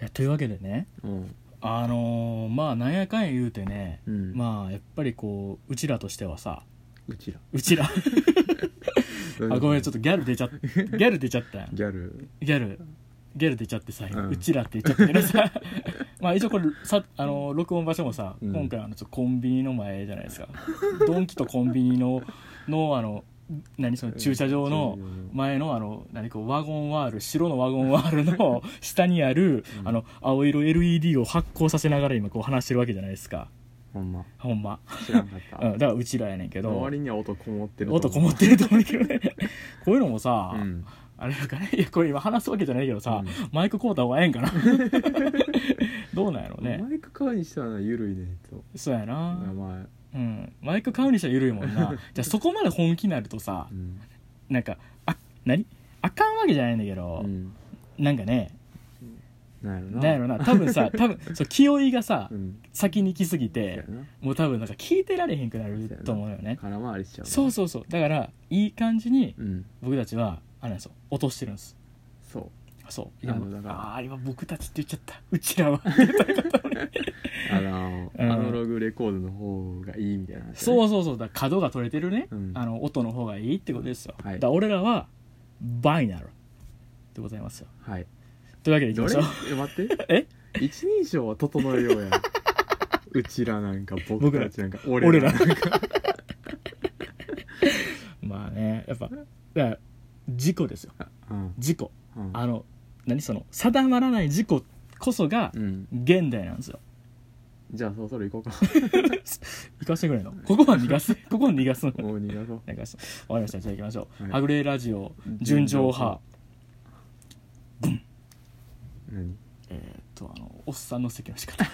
やというわけでね、まあなんやかんや言うてね、まあやっぱりこううちらとしてはさ、うちらあ、ごめん、ちょっとギャル出ちゃったやん。ギャル出ちゃってさ、うちらって言っちゃったけどさまあ一応これさ、録音場所もさ、今回ちょっとコンビニの前じゃないですか。ドンキとコンビニの何その駐車場の前の何こうワゴンワール、白のワゴンワールの下にある青色 LED を発光させながら今こう話してるわけじゃないですか。ほんま知らんかった、 だからうちらやねんけど、 周りには音こもってると思うけどねこういうのもさ、あれなんかね、いやこれ今話すわけじゃないけどさ、マイク買うた方がええんかなどうなんやろうね。 マイク買うにしたら緩いねと。 そうやな、マイク買うにしたら緩いもんなじゃあそこまで本気になるとさ、なんかあかんわけじゃないんだけど、なんかね、なんやろな、多分そう気負いがさ、先に来すぎてもう多分なんか聞いてられへんくなると思うよね。 空回りしちゃう、 そうだからいい感じに僕たちはあれなんですよ、落としてるんです。そう今僕たちって言っちゃった、うちらはアナログレコードの方がいいみたいな、 そうだから角が取れてるね、音の方がいいってことですよ、だから俺らはバイナルでございますよ。というわけでいきましょう。 待って一人称は整えようやうちらなんか僕たちなんか俺らなんかまあね、やっぱ事故ですよ、事故、何その定まらない事故こそが現代なんですよ。 じゃあそろそろ行こうか行かせてくれの、ここは逃がすのもう逃がそう。 わかりました。じゃあ行きましょう、はぐれラジオ純情派ブン。 何おっさんの席の仕方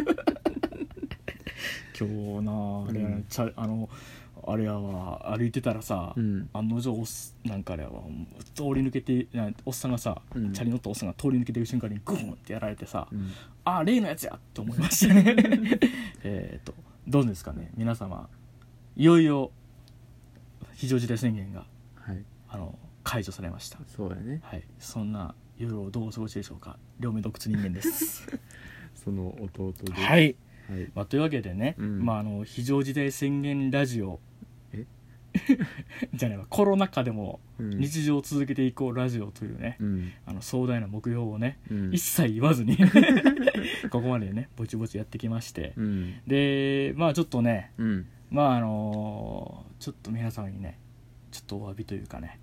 今日なあれやわ、歩いてたらさ、案の定なんかあれやわ、通り抜けておっさんがさ、チャリ乗ったおっさんが通り抜けてる瞬間にグーンってやられてさ、例のやつやって思いましたねどうですかね皆様、いよいよ非常事態宣言が、解除されました。 そうやね、 そんな夜をどうお過ごしでしょうか。両目洞窟人間ですその弟です。 というわけでね、非常事態宣言ラジオじゃないわ、コロナ禍でも日常を続けていこうラジオというね、壮大な目標をね、一切言わずにここまでねぼちぼちやってきまして、でちょっとね、ちょっと皆様にねちょっとお詫びというかね、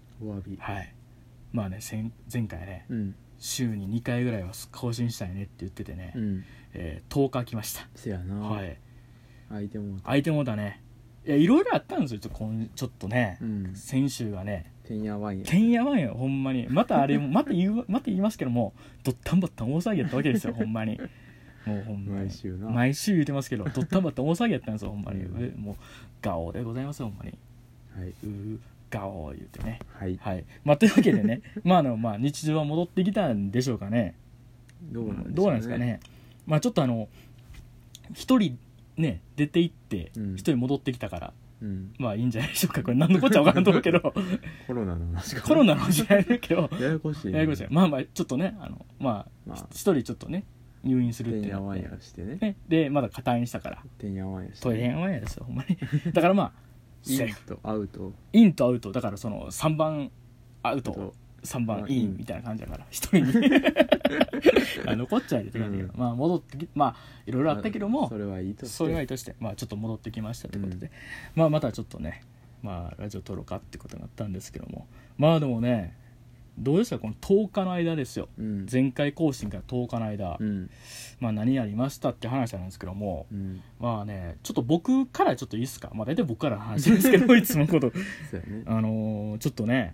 前回ね、週に2回ぐらいは更新したいねって言っててね、10日来ました。 せやな、相手もだね。いやいろいろあったんですよ、ちょっとね、先週がねてんやわんやほんまに、また言いますけども、ドッタンバッタン大騒ぎやったわけですよほんまに。もうほんまに毎週言ってますけど、ドッタンバッタン大騒ぎやったんですよほんまに、もうガオでございますよほんまに、ガオ言うてね、というわけでね日常は戻ってきたんでしょうかね。どうなんですかね。ちょっと一人ね出て行って一人戻ってきたから、いいんじゃないでしょうか。これ何のこっちゃ分からんと思うけどコロナの話じゃないけどややこしい、 ちょっとね一人ちょっとね入院するっててんやわんやしてね、 でまだ退院したからてんやわんやして、 てんやわんやですよほんまにだからインとアウトだからその3番アウト3番インみたいな感じだから、一人に残っちゃえるって感じだけど、戻ってきいろいろあったけども、 それはいいとしてちょっと戻ってきましたということで、またちょっとねラジオ撮ろうかってことになったんですけども、でもねどうですかこの10日の間ですよ、前回更新から10日の間、何やりましたって話なんですけども、ちょっと僕からちょっといいですか。大体僕から話してるんですけどいつもことそうやね、 ちょっとね、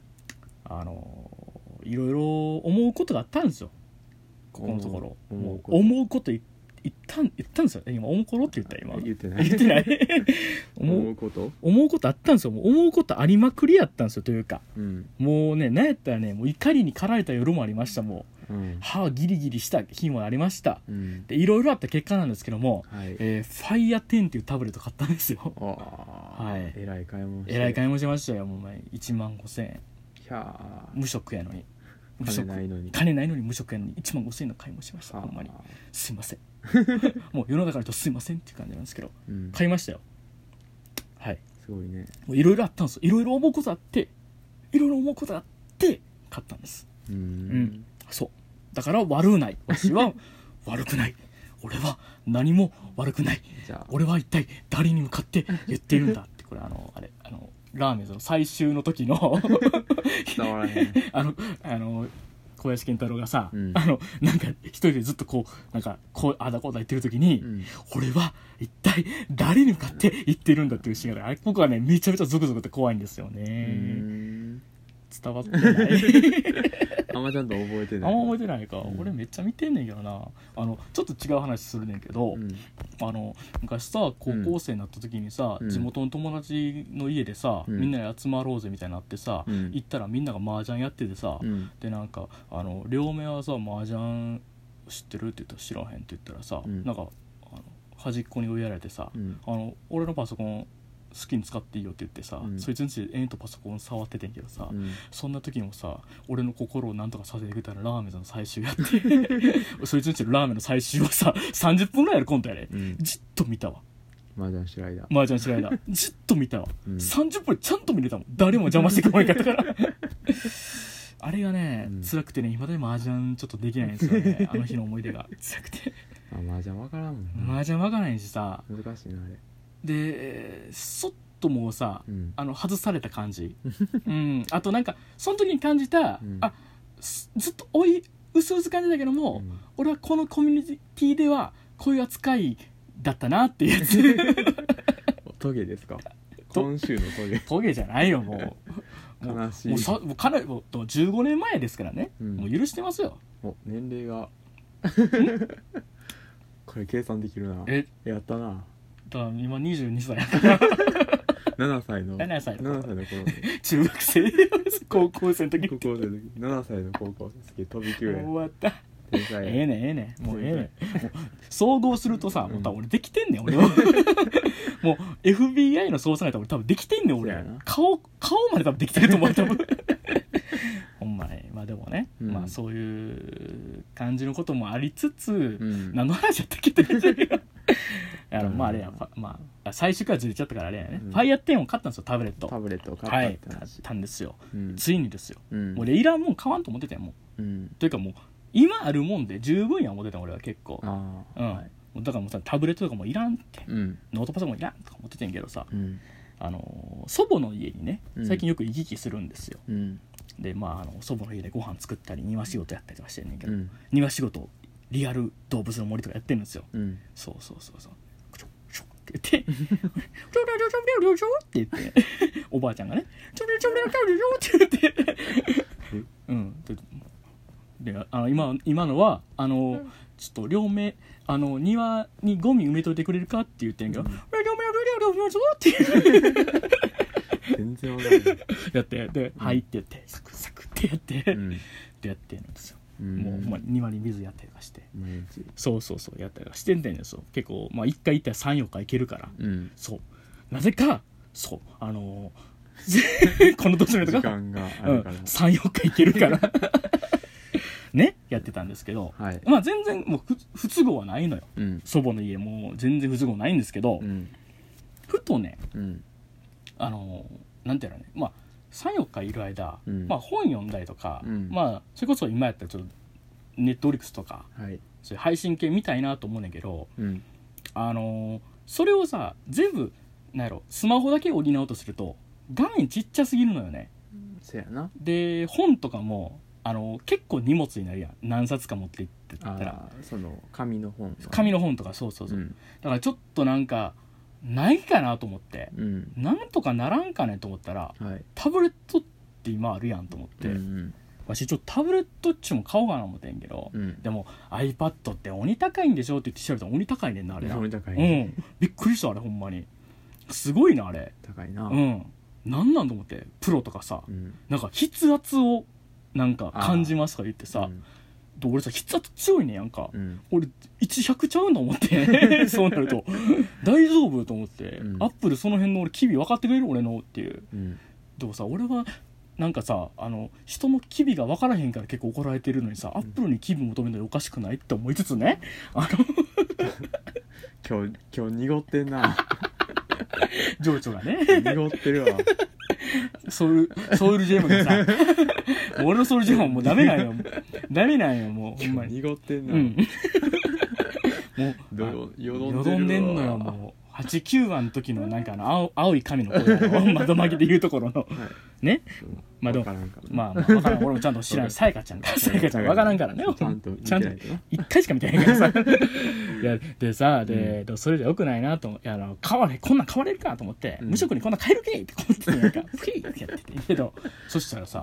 いろいろ思うことがあったんですよここのところ。思うこと言ったんですよ。今思うことって言ってない思うことあったんですよ。もう思うことありまくりやったんですよ。というか、もうねなんやったらね、もう怒りに駆られた夜もありました。もう、歯ギリギリした日もありました、でいろいろあった結果なんですけども、ファイヤー10っていうタブレット買ったんですよ。 えらい買い物しましたよ。もう1万5,000円無職やのに金ないのに無職やのに1万5,000円の買い物しました。ほんまにすいませんもう世の中の人すいませんっていう感じなんですけど、買いましたよ。はい、 すごいね。 いろいろあったんですよ。いろいろ思うことあって買ったんです。そうだから悪うない。私は悪くない。俺は何も悪くない。俺は一体誰に向かって言っているんだって。これラーメンズの最終の時の伝わらへん小林健太郎がさ、なんか一人でずっとこうなんかこうあだこうだ言ってる時に、俺は一体誰に向かって言ってるんだっていうシーンがあれ、僕はねめちゃめちゃゾクゾクって怖いんですよね。伝わってないあんまちゃんと覚えてない。 あんま覚えてないか、俺めっちゃ見てんねんけどな。ちょっと違う話するねんけど、昔さ高校生になった時にさ、地元の友達の家でさ、みんなで集まろうぜみたいになってさ、行ったらみんなが麻雀やっててさ、でなんか両目はさ麻雀知ってるって言ったら知らへんって言ったらさ、なんか端っこに追いやられてさ、俺のパソコン好きに使っていいよって言ってさ、そいつんちでパソコン触っててんけどさ、そんな時にもさ俺の心をなんとかさせてくれたらラーメンズの最終やってそいつんちのラーメンの最終をさ30分ぐらいやるコントやで、じっと見たわ。 麻雀してる間じっと見たわ、30分ちゃんと見れたもん。誰も邪魔してくれなかったからあれがね、辛くてね、今で麻雀ちょっとできないんですよね。あの日の思い出が辛くて麻雀わからんもんね。 麻雀わからないしさ、 難しいなあれで。 そっともうさ、外された感じあとなんかその時に感じた、ずっとうすうす感じだけども、俺はこのコミュニティではこういう扱いだったなっていうやつトゲですか？今週のトゲじゃないよ。もう悲しい。 もうかなりもう15年前ですからね、もう許してますよ。 年齢がこれ計算できるな。やったな。 だから今22歳やから 7歳の頃中学生高校生の時 7歳の高校生飛び級や。 終わった。ええねんもう総合するとさ、もう多分俺できてんねん俺はもう FBI の捜査員多分できてんねん俺。顔まで多分できてると思う多分ほんまね。まあでもね、まあそういう感じのこともありつつ、何の話やったっけってまああれや、まあ最終からずれちゃったからあれやね、ファイヤー10を買ったんですよ。タブレットを買ったんですよ、ついにですよ。もう俺いらんもん買わんと思ってたよもう、というかもう今あるもんで十分や思ってた俺は結構。だからもうさタブレットとかもいらんって、ノートパソコンもいらんとか思ってたんやけどさ、祖母の家にね最近よく行き来するんですよ。でまあ祖母の家でご飯作ったり庭仕事やったりとかしてんねんけど、庭仕事リアル動物の森とかやってるんですよ。そうって言ってって言っておばあちゃんがねって言ってで今のはちょっと両目庭にゴミ埋めといてくれるかって言ってんけどって全然わかんないやってで入ってってサクサクってやってでやってるんですよ。もう庭に水やったりとかして、そうやったりとかしてんだよね。そう結構1回行ったら 3,4 回行けるから、そうなぜかそうこの年の人が 3,4 回行けるからねやってたんですけど、まあ全然もう不都合はないのよ、祖母の家も全然不都合ないんですけど、ふとね、なんていうのね、まあ3、4日いる間、まあ本読んだりとか、まあそれこそ今やったらちょっとネットフリックスとか、そういう配信系見たいなと思うねんけど、それをさ全部なんやろスマホだけ補おうとすると画面ちっちゃすぎるのよね。 せやな。 で本とかも結構荷物になるやん、何冊か持っていってたら。 その紙の本とかそう、だからちょっとなんかないかなと思って、なんとかならんかねと思ったら、タブレットって今あるやんと思って、わしちょっとタブレットっちも買おうかな思ってんけど、でも iPad って鬼高いんでしょって言って調べたら鬼高いねんなあれな。 鬼高い、 びっくりしたあれほんまにすごいなあれ。 高いな。 なんと思って、プロとかさ、なんか筆圧をなんか感じますとか言ってさ、俺さ筆圧強いねやんか、俺100ちゃうと思ってそうなると大丈夫と思って、アップルその辺の俺機微分かってくれる俺のっていう、でもさ俺はなんかさ人の機微が分からへんから結構怒られてるのにさ、アップルに機微求めるのおかしくないって思いつつね今日濁ってんな情緒がね濁ってるわソウルジェムがさもう俺のソウルジェムはもうダメなんよもうほんまに濁ってんな、 もうよどんでんのよもう89話の時のなんか青い髪の声の窓巻きで言うところの、はい、ね、まあでもまあ分からん俺もちゃんと知らんさやかちゃん分からんからねちゃんと 1回しか見てないからさいやでさそれじゃよくないなと思ってこんなん変われるかと思って、無職にこんなん変えるけって思ってなんかフィーってやっててけどそしたらさ、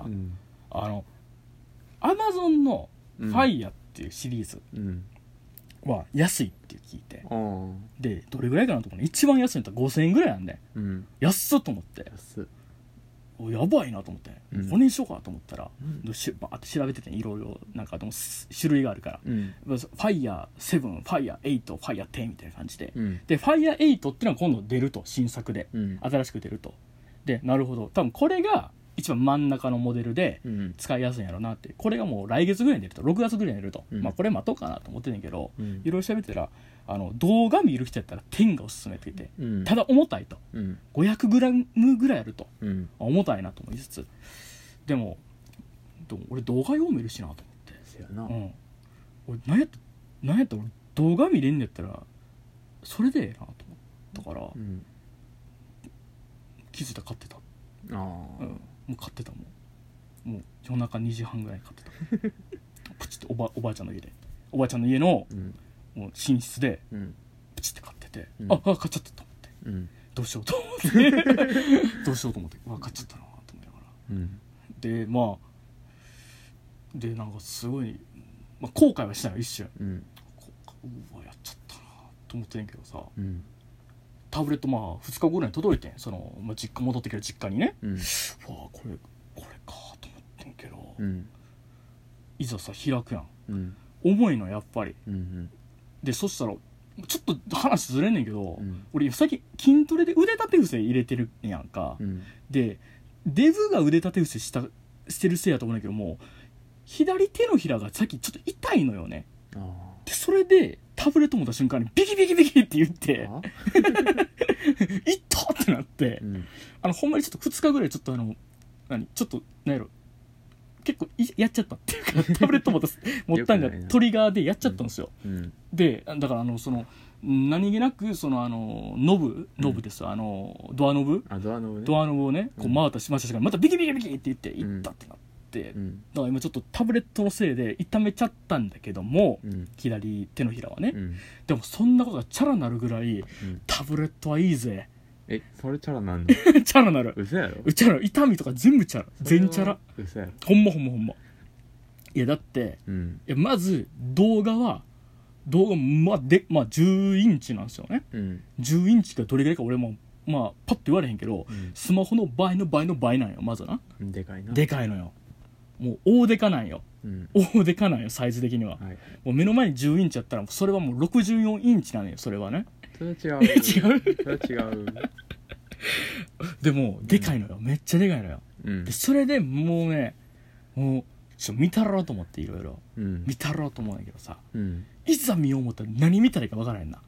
アマゾンのファイヤっていうシリーズ、は安いって聞いて、でどれぐらいかなと思う一番安いのって5000円ぐらいなんで、安っと思ってやばいなと思って、これにしようかと思ったら、バーって調べてていろいろなんかでも種類があるから、ファイヤー7、ファイヤー8、ファイヤー10みたいな感じで、でファイヤー8っていうのは今度出ると新作で、新しく出るとでなるほど多分これが一番真ん中のモデルで使いやすいんやろうなって、これがもう来月ぐらいに出ると6月ぐらいに出ると、まあこれ待とうかなと思ってんねんけど、いろいろ調べてたら動画見る人やったら10がおすすめって言って、ただ重たいと、500g ぐらいあると、重たいなと思いつつでも俺動画読めるしなと思って、俺何やったら俺動画見れんねやったらそれでええなと思ったから、気づいたら買ってた。もう買ってたもう夜中2時半ぐらいに買ってたプチっておばあちゃんの家でおばあちゃんの家の、もう寝室でプチって買ってて、買っちゃったと思って、どうしようと思って買っちゃったなと思いながら、でまあでなんかすごい、後悔はしたよ一瞬、うわやっちゃったなと思ってんけどさ、タブレット2日後ぐらいに届いてん実家戻ってきた実家にね、わあこれかと思ってんけど、いざさ開くやん、重いのやっぱり、でそしたらちょっと話ずれんねんけど、俺最近筋トレで腕立て伏せ入れてるやんか、でデブが腕立て伏せしてるせいやと思うんだけども左手のひらがさっきちょっと痛いのよね。でそれでタブレット持った瞬間にビキビキビキって言っていったってなって、ほんまにちょっと2日ぐらいちょっとちょっとなんやろ結構やっちゃったっていうかタブレット持ったんがトリガーでやっちゃったんですよ、でだから何気なくノブです、ドアノブをねこう回ったしましたがまたビキビキビキって言っていったってなって、だから今ちょっとタブレットのせいで痛めちゃったんだけども、左手のひらはね、でもそんなことがチャラなるぐらい、タブレットはいいぜ。 それチャラなんのチャラなる。 嘘やろ。 チャラ、痛みとか全部チャラ、全チャラ。 嘘やろ。 ほんまいやだって、いやまず動画10インチなんですよね、10インチがどれぐらいか俺もパッと言われへんけど、スマホの倍の倍なんよまずな。でかいのよ。もう大デカなんよ、大デカなんよサイズ的には、もう目の前に10インチやったらそれはもう64インチなのよそれはね。 それは違う違うそれは違うでもでかいのよ、めっちゃでかいのよ、でそれでもうね見たろうと思っていろいろ見たろうと思うんだけどさ、いざ見よう思ったら何見たらいいか分からへんな。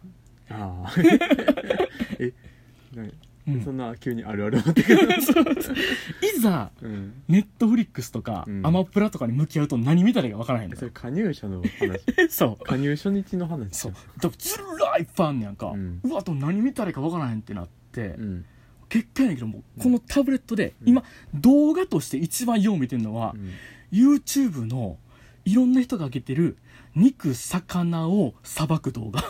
そんな急にあるあるってくるいざ、ネットフリックスとか、アマプラとかに向き合うと何見たらいいか分からへんの。 それ加入者の話そう加入初日の話。 そうだからずらいっぱいあんねやんか、うわと何見たらいいか分からへんってなって、結果やねんけどもこのタブレットで、今動画として一番よう見てるのは、YouTube のいろんな人が上げてる肉魚をさばく動画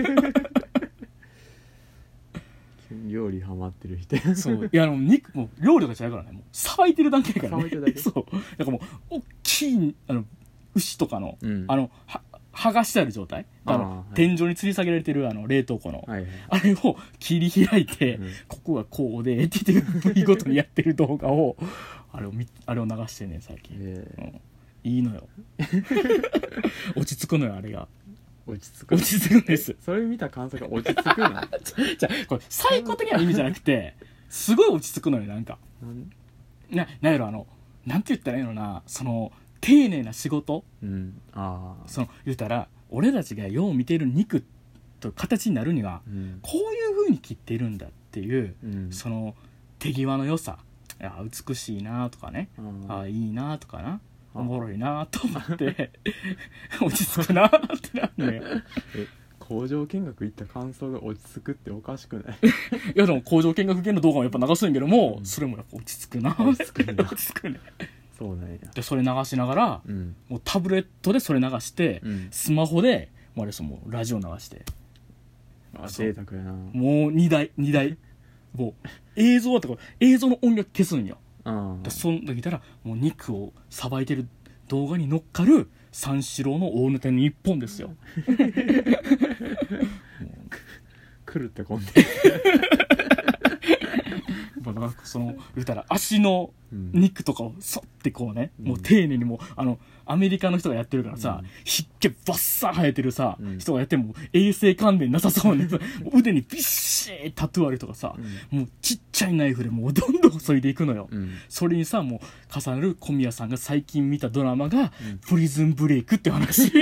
料理ハマってる人そういや肉も料理とか違うからね、もうさばいてるだけやからね。そうだからもう大きい牛とかの、剥がしてある状態、天井に吊り下げられてる冷凍庫の、あれを切り開いて、ここがこうでって言って見事にやってる動画をあれを流してね最近、いいのよ落ち着くのよあれが。落ち着くんです。 それ見た感想が落ち着くのじゃあこれ最高的な意味じゃなくてすごい落ち着くのよなんかなんやろなんて言ったらいいのな、その丁寧な仕事、その言うたら俺たちがよう見てる肉と形になるには、こういう風に切ってるんだっていう、その手際の良さ、いや美しいなとかね、いいなとかな、おもろいなと思って落ち着くなってなるのよ。 工場見学行った感想が落ち着くっておかしくない？ いやでも工場見学系の動画もやっぱ流すんやけども、それもやっぱ落ち着くな。落ち着くね。落ち着くね。 そうなんや。 でそれ流しながら、もうタブレットでそれ流して、スマホでもうあれですもうラジオ流して。 贅沢やな。 もう2台もう映像だとか映像の音楽消すんよ。でその時たらもう肉をさばいてる動画に乗っかる三四郎の大ネタに一本ですよ。 来るってこんでなんかその言うたら足の肉とかをそってこうね、もう丁寧にもうアメリカの人がやってるからさ、ひっけバッサー生えてるさ、人がやっても衛生関連なさそうに腕にビッシータトゥーあるとかさ、もうちっちゃいナイフでもうどんどん削いでいくのよ、それにさもう重なる小宮さんが最近見たドラマが、プリズンブレイクって話。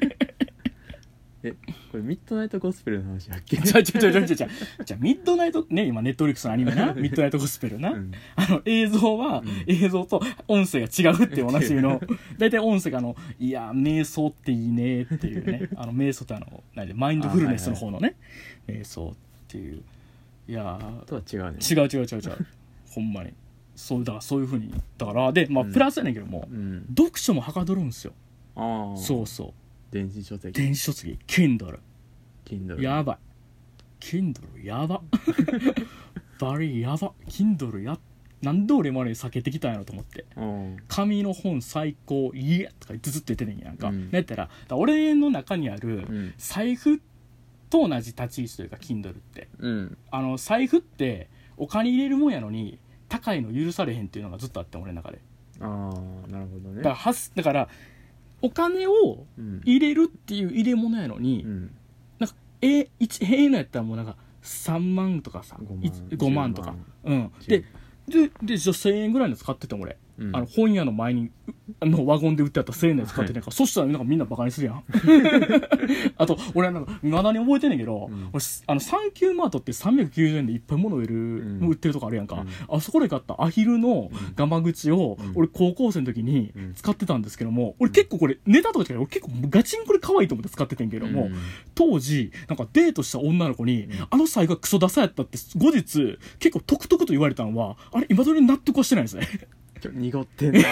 これミッドナイトゴスペルの話やっけ？ じゃミッドナイトね、今ネットフリックスのアニメなミッドナイトゴスペルな、映像は、映像と音声が違うっていうおなじみのだいたい音声がいや瞑想っていいねっていうね、瞑想ってマインドフルネスの方のね、瞑想っていう、いやとは違うね。 違うほんまにそうだからそういう風にだからでまあプラスやねんけども、読書もはかどるんですよ。そうそう電子書籍 Kindle やばい Kindle やばバリやば Kindle なんで俺まで避けてきたんやろと思って、紙の本最高イエーとかずっと言ってんねんやんか、だったら俺の中にある財布と同じ立ち位置というか Kindle って、財布ってお金入れるもんやのに高いの許されへんっていうのがずっとあって俺の中で。 なるほどね。 だからお金を入れるっていう入れ物やのに、なんかのやったらもうなんか3万とかさ5万とか、でじゃあ1000円ぐらいの使ってても俺、本屋の前にワゴンで売ってあった1000円のやつ買ってて、そしたらなんかみんなバカにするやん。あと俺なんか未だに覚えてんねんけど、サンキューマートって390円でいっぱい物売ってるとこあるやんか、あそこで買ったアヒルのガマ口を俺高校生の時に使ってたんですけども、俺結構これネタとかじゃない、俺結構ガチンコで可愛いと思って使っててんけども、当時なんかデートした女の子に際がクソダサやったって後日結構トクトクと言われたのは、あれ今どれ納得はしてないですね。 濁ってんな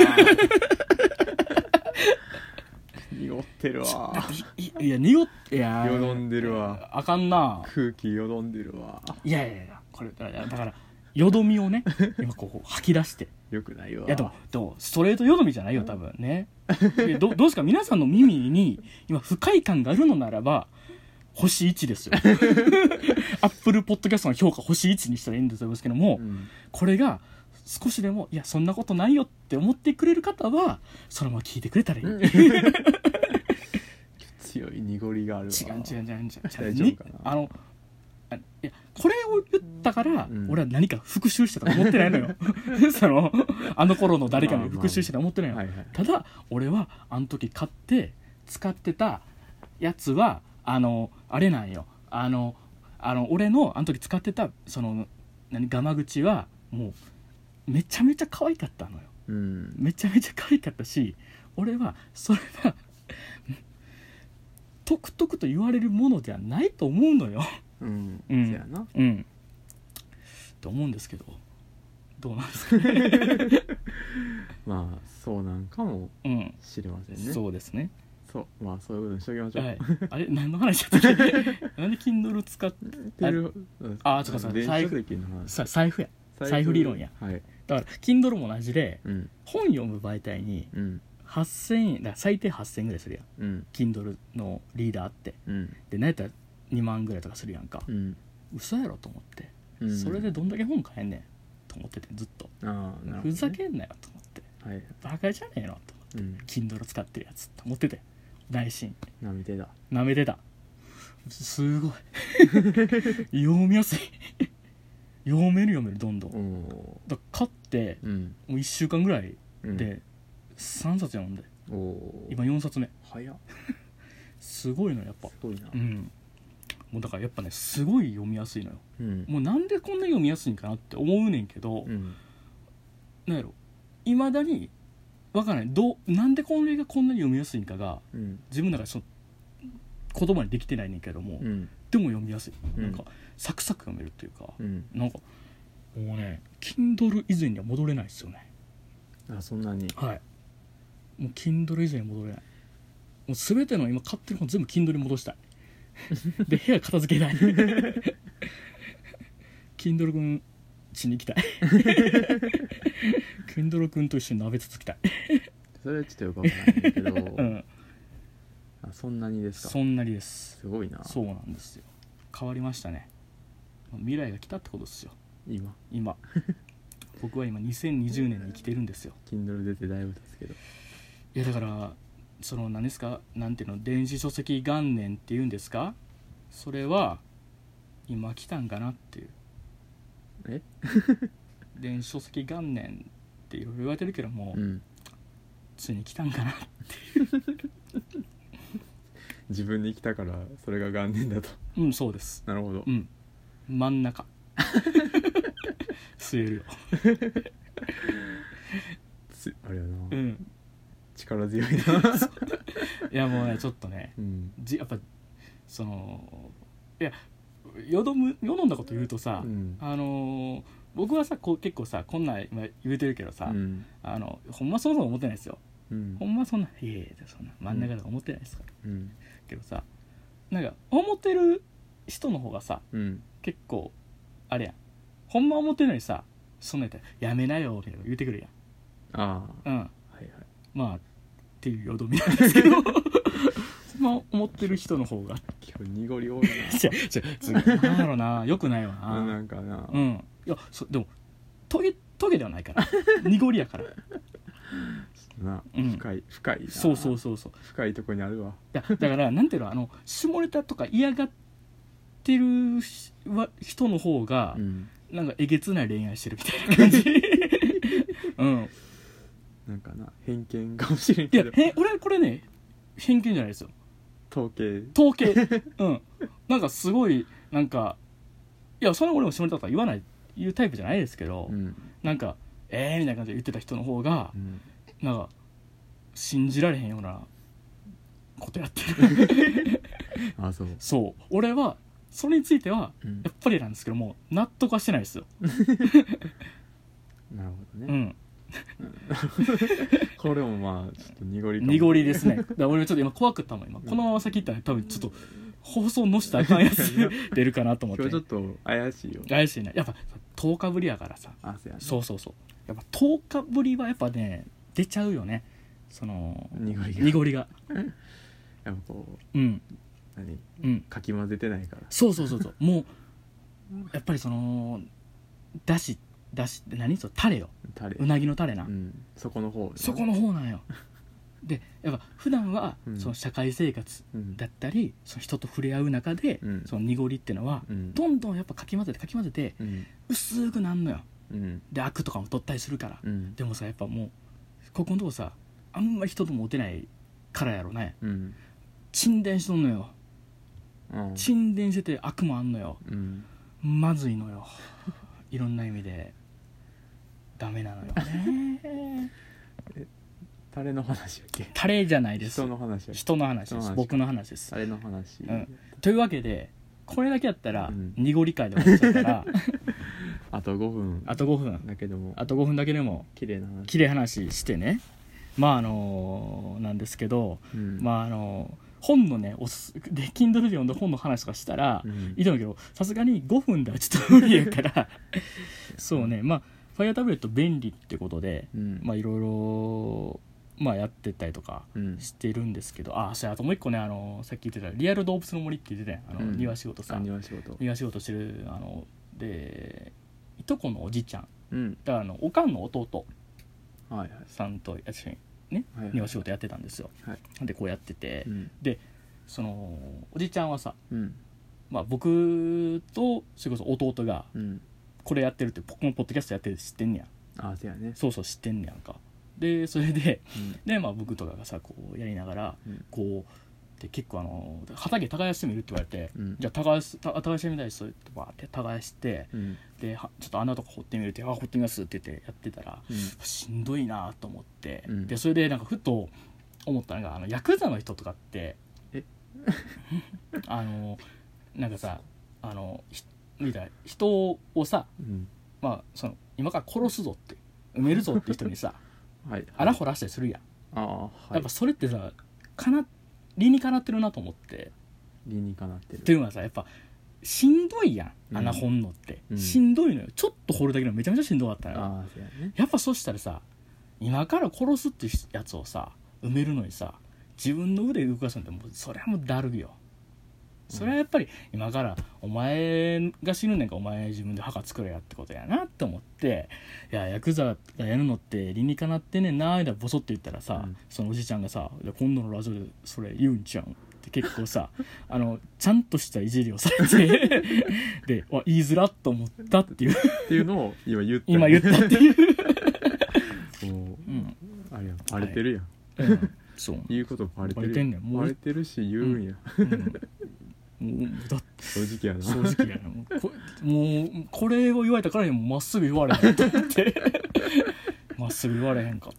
濁ってるわ。 いや濁ってよどんでるわ。 あかんな、 空気よどんでるわ。 いやこれだからよどみをね今こう吐き出してよくないわ。 いやでもストレートよどみじゃないよ多分ね。どうですか皆さんの耳に今不快感があるのならば星1ですよ。アップルポッドキャストの評価星1にしたらいいんですけども、これが少しでもいやそんなことないよって思ってくれる方はそのまま聞いてくれたらいい。 強い濁りがあるわ。 違う大丈夫かな。 いやこれを言ったから、俺は何か復習したと思ってないのよ。あの頃の誰かに復習したと思ってないのよ。ただ俺はあの時買って使ってたやつはあれなんよ。俺のあの時使ってたガマ口はもうめちゃめちゃ可愛かったのよ、めちゃめちゃ可愛かったし、俺はそれがトクトクと言われるものではないと思うのよ。そうやな。と思うんですけどどうなんですかね。 まあそうなんかもしれませんね。 そうですね。 まあそういうことにしときましょう。 あれ何の話だったっけ？なんで Kindle 使ってる？財布や。財布理論や。だから Kindle も同じで、本読む媒体に8000円だ、最低8000円ぐらいするやん、Kindle のリーダーって、で何やったら2万ぐらいとかするやんか、嘘やろと思って、それでどんだけ本買えんねんと思っててずっと、ふざけんなよと思って、バカじゃねえのと思って、Kindle 使ってるやつと思ってて、内心なめてたすごい読みやすい。読めるどんどん、だ買って、もう1週間ぐらいで3冊読んで今4冊目。 早っすごいのやっぱ。 すごいな。 もうだからやっぱねすごい読みやすいのよ。もうなんでこんな読みやすいんかなって思うねんけど、なんやろいまだに分からないなんでこれがこんなに読みやすいんかが、自分の中で言葉にできてないねんけども、でも読みやすい。なんかサクサク読めるっていうか、なんかもうね Kindle 以前には戻れないですよね。 そんなに。 はい。もう Kindle 以前に戻れない。もう全ての今買ってる本全部 Kindle に戻したいで部屋片付けたいKindle 君家に行きたいKindle 君と一緒に鍋つつきたいそれはちょっとよくわからないけど、そんなにですか。 そんなにです。 すごいな。 そうなんですよ。変わりましたね。未来が来たってことですよ。今僕は今2020年に生きてるんですよ。 Kindle 出てだいぶ経つけど。 いやだから何ですか、なんていうの、電子書籍元年っていうんですか、それは今来たんかなっていう。電子書籍元年っていろいろ言われてるけども、ついに来たんかなっていう自分に来たからそれが元年だと。 そうです。 なるほど。 真ん中据えるよあれやな、力強いないやもうねちょっとね、やっぱいやよどんだこと言うとさ、僕はさ結構さこんなん今言うてるけどさ、ほんまそもそも思ってないですよ。ほんまそんなそんな真ん中とか思ってないですから、けどさなんか思ってる人の方がさ、結構あれやん、ほんま思ってるのにさそんなんやったらやめなよみたいな言うてくるやん。まあっていうよどみなんですけどまあ思ってる人の方が今日濁り多いななんだろうな、よくないわな。 なんかな、 いやでもトゲではないから濁りやから深いな。 そう深いとこにあるわ。 だからなんていうの、下ネタとか嫌がってる人の方が、なんかえげつない恋愛してるみたいな感じなんかな偏見かもしれんけど。 俺これね偏見じゃないですよ。 統計なんかすごいなんかいやそんな俺も下ネタとか言うタイプじゃないですけど、なんかみたいな感じで言ってた人の方が、なんか信じられへんようなことやってるそう俺はそれについてはやっぱりなんですけども、納得はしてないですよなるほどね。これもまあちょっと濁りですね。だから俺ちょっと今怖くったもん。今このまま先行ったら多分ちょっと放送のしたらあかんやつ出るかなと思って。 今日ちょっと怪しいよ。 怪しいね。やっぱ10日ぶりやからさ。そうやっぱ10日ぶりはやっぱね出ちゃうよね、濁りがやっぱこうかき混ぜてないから。 そうもうやっぱりだしって何タレよ。うなぎのタレな、 そこの方なんよでやっぱ普段はその社会生活だったり、その人と触れ合う中で、その濁りっていうのは、どんどんやっぱかき混ぜて、薄くなんのよ、でアクとかも取ったりするから、でもさやっぱもうここのとこさあんまり人とも会てないからやろね、沈殿しとんのよ、沈殿してて悪もあんのよ、まずいのよいろんな意味でダメなのよねタレの話やっけ。 タレじゃないです。 人の話です。 僕の話です。 タレの話、 というわけでこれだけやったら濁り会で終わっちゃうからあと5分だけでも綺麗な話してね、なんですけど、本のねで Kindle で読んだ本の話とかしたらいいと思うけど、さすがに5分ではちょっと無理やからそうね、ファイアタブレット便利ってことで、いろいろやってったりとかしてるんですけど、あともう一個ね、さっき言ってたリアル動物の森って言ってたやん、庭仕事してるでいとこのおじちゃん、だからおかんの弟さんと一緒にね、庭仕事やってたんですよ、でこうやってて、でおじちゃんはさ、僕とそれこそ弟がこれやってるって、このポッドキャストやってるって知ってんねや。 そうやね。 そう知ってんねやんか。 でそれで、でまあ僕とかがさこうやりながら、こうで結構畑耕してみるって言われて、じゃあ耕してみたいですってバーって耕して、でちょっと穴とか掘ってみるって掘ってみますって言ってやってたら、しんどいなと思って、でそれでなんかふと思ったのがヤクザの人とかってなんかさみたいな人をさ、まあその今から殺すぞって埋めるぞって人にさ穴掘らしたりするやん。やっぱそれってさ理にかなってるなと思って。 理にかなってるっていうのはさやっぱしんどいやん穴掘んのって、しんどいのよ。ちょっと掘るだけでもめちゃめちゃしんどかったのよ。やっぱそしたらさ今から殺すってやつをさ埋めるのにさ自分の腕動かすのってもうそれはもうだるいよ。それはやっぱり今からお前が死ぬねんからお前自分で墓作れやってことやなって思って、いやヤクザがやるのって理にかなってんねんなーってボソって言ったらさ、そのおじちゃんがさ今度のラジオでそれ言うんちゃうんって結構さちゃんとしたいじりをされてで言いづらっと思ったっていうのを今言ったっていうあれやバレてるやん、そう言うことバレてるやん、バレてるし言うんや、 だって正直やなもうこれを言われたからにもまっすぐ言われへんと思ってまっすぐ言われへんかった。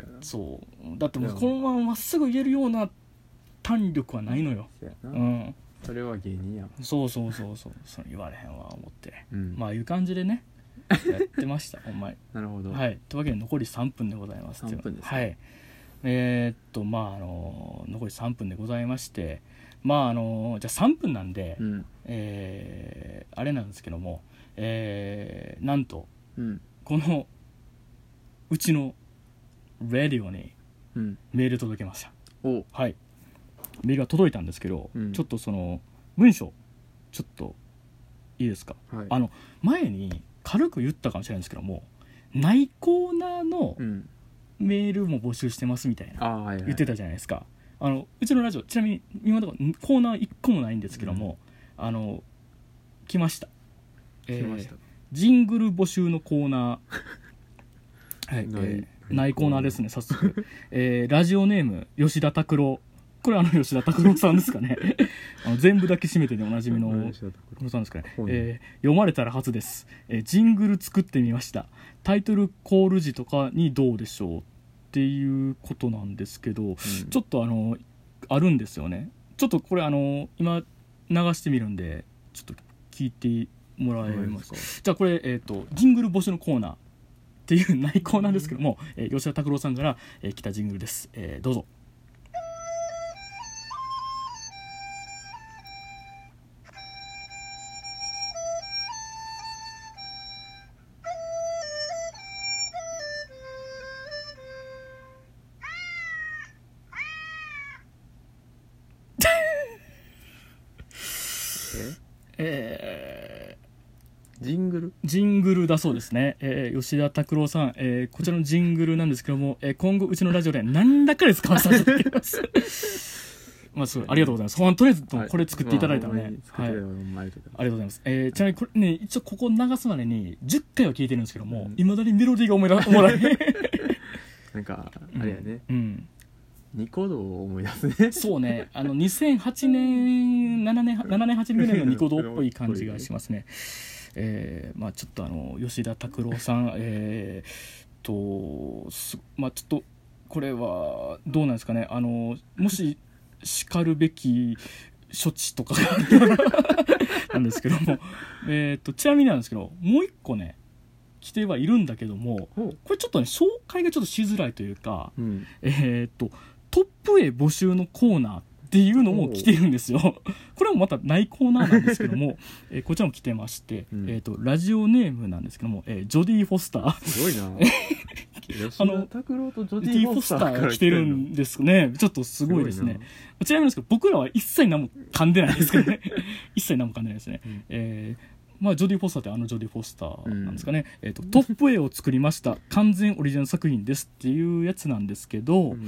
そうだってもうこのまままっすぐ言えるような胆力はないのよ。 それは芸人や。 そうそれ言われへんわ思って、まあいう感じでねやってましたほんまに。 なるほど。 はい、というわけで残り3分でございます。 3分です、 はい。まあ残り3分でございまして、まあじゃあ3分なんで、あれなんですけども、なんと、このうちのラディオにメール届けました。はい。メールが届いたんですけど、ちょっとその文章ちょっといいですか。前に軽く言ったかもしれないんですけども、内コーナーのメールも募集してますみたいな言ってたじゃないですか。うちのラジオちなみに今のところコーナー1個もないんですけども、来ました。ジングル募集のコーナーはい、内コーナーですね。早速、ラジオネーム吉田拓郎。これ吉田拓郎さんですかね全部だけ締めてでおなじみの吉田拓郎さんですかね、読まれたら初です、ジングル作ってみました。タイトルコール時とかにどうでしょうっていうことなんですけど、ちょっとあるんですよね。ちょっとこれ今流してみるんでちょっと聞いてもらえますか。じゃあこれ、ジングル募集のコーナーっていう内コーナーですけども、吉田拓郎さんから、来たジングルです、どうぞ。ジングルだそうですね。吉田拓郎さん、こちらのジングルなんですけども、今後うちのラジオで何らかで使わせていただきますまあそうありがとうございます。とりあえずこれ作っていただいたのね、はい、ありがとうございます。ちなみにこれね一応ここ流すまでに10回は聞いてるんですけども、いまだにメロディーが思い出せないなんかあれやね、ニコ動を思い出すねそうね、2008年7年8年のニコ動っぽい感じがしますね。まあちょっと吉田拓郎さんまあちょっとこれはどうなんですかね。もし叱るべき処置とかなんですけどもちなみになんですけどもう一個ね来てはいるんだけども、これちょっとね紹介がちょっとしづらいというか、トップ A 募集のコーナーっていうのも来てるんですよ。これもまたないコーナーなんですけども、こちらも来てまして、ラジオネームなんですけども、ジョディ・フォスター。 すごいな。吉田拓郎とジョディ・フォスターが来てるんですね。ちょっとすごいですね。ちなみにですけど僕らは一切何も噛んでないですけどね。一切何も噛んでないですね。まあ、ジョディ・フォスターってジョディ・フォスターなんですかね、トップ A を作りました完全オリジナル作品ですっていうやつなんですけど、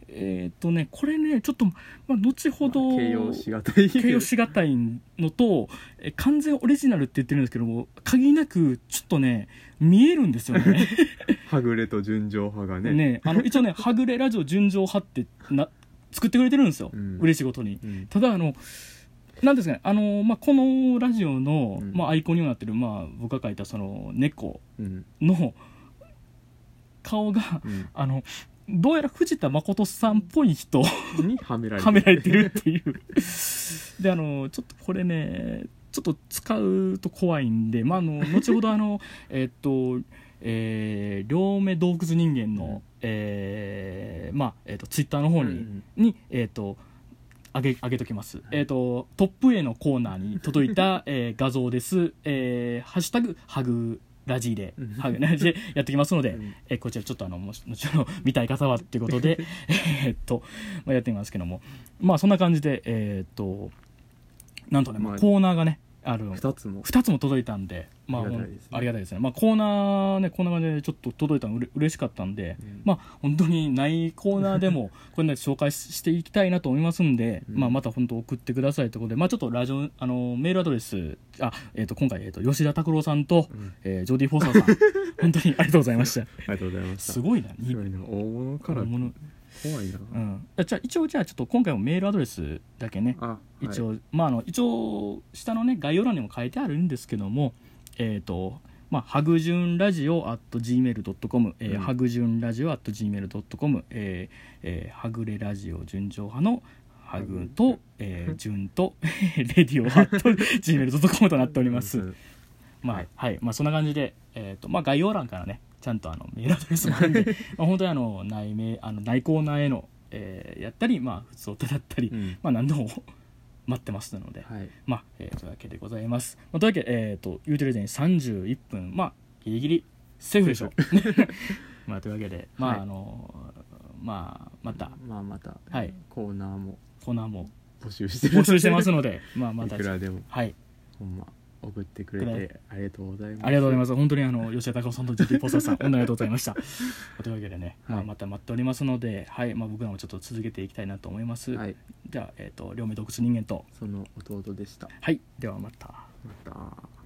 これねちょっと、後ほど形容しがたいのと、完全オリジナルって言ってるんですけども、限りなくちょっとね見えるんですよねはぐれと純情派がね一応ねはぐれラジオ純情派って作ってくれてるんですよ、嬉しいことに、ただなんですかね、このラジオの、アイコンにもなってる、僕が書いたその猫の顔が、どうやら藤田誠さんっぽい人にはめられてるっていうでちょっとこれねちょっと使うと怖いんで、後ほど両目洞窟人間の、ツイッターの方に上げときます、トップ A のコーナーに届いた、画像です、ハッシュタグハグラジでやってきますので、こちらちょっともちろん見たい方はということでやってみますけども、そんな感じでなんとね、コーナーがね2つも届いたんで、ありがたいですね。コーナーねこんな感じでちょっと届いたの嬉しかったんで、本当にないコーナーでもこれね紹介していきたいなと思いますんで、また本当送ってくださいということで、ちょっとラジオメールアドレス今回吉田拓郎さんと、ジョディ・フォーサーさん本当にありがとうございました。 ありがとうございました。 すごいな。 大物から怖いな。 じゃあちょっと今回もメールアドレスだけね、一応一応下のね概要欄にも書いてあるんですけども、ハグジュンラジオ @gmail.com、ハグジュンラジオ @gmail.com、はぐれラジオ純情派のハグと、ジュンとレディオ @gmail.com となっております。そんな感じで、概要欄からねちゃんとメールアドレスもあるんで本当に内コーナーへの、やったり普通歌だったり、何でも待ってますので、というわけでございます。というわけで、言うてる間に31分ギリギリセーフでしょうというわけでまたコーナーも募集してますのでまたいくらでもほんま送ってくれてありがとうございます。 ありがとうございます。本当に吉田隆夫さんとジュディ・ポサさんありがとうございましたというわけでね、また待っておりますので、僕らもちょっと続けていきたいなと思います。じゃあ両目洞窟人間とその弟でした。 ではまた。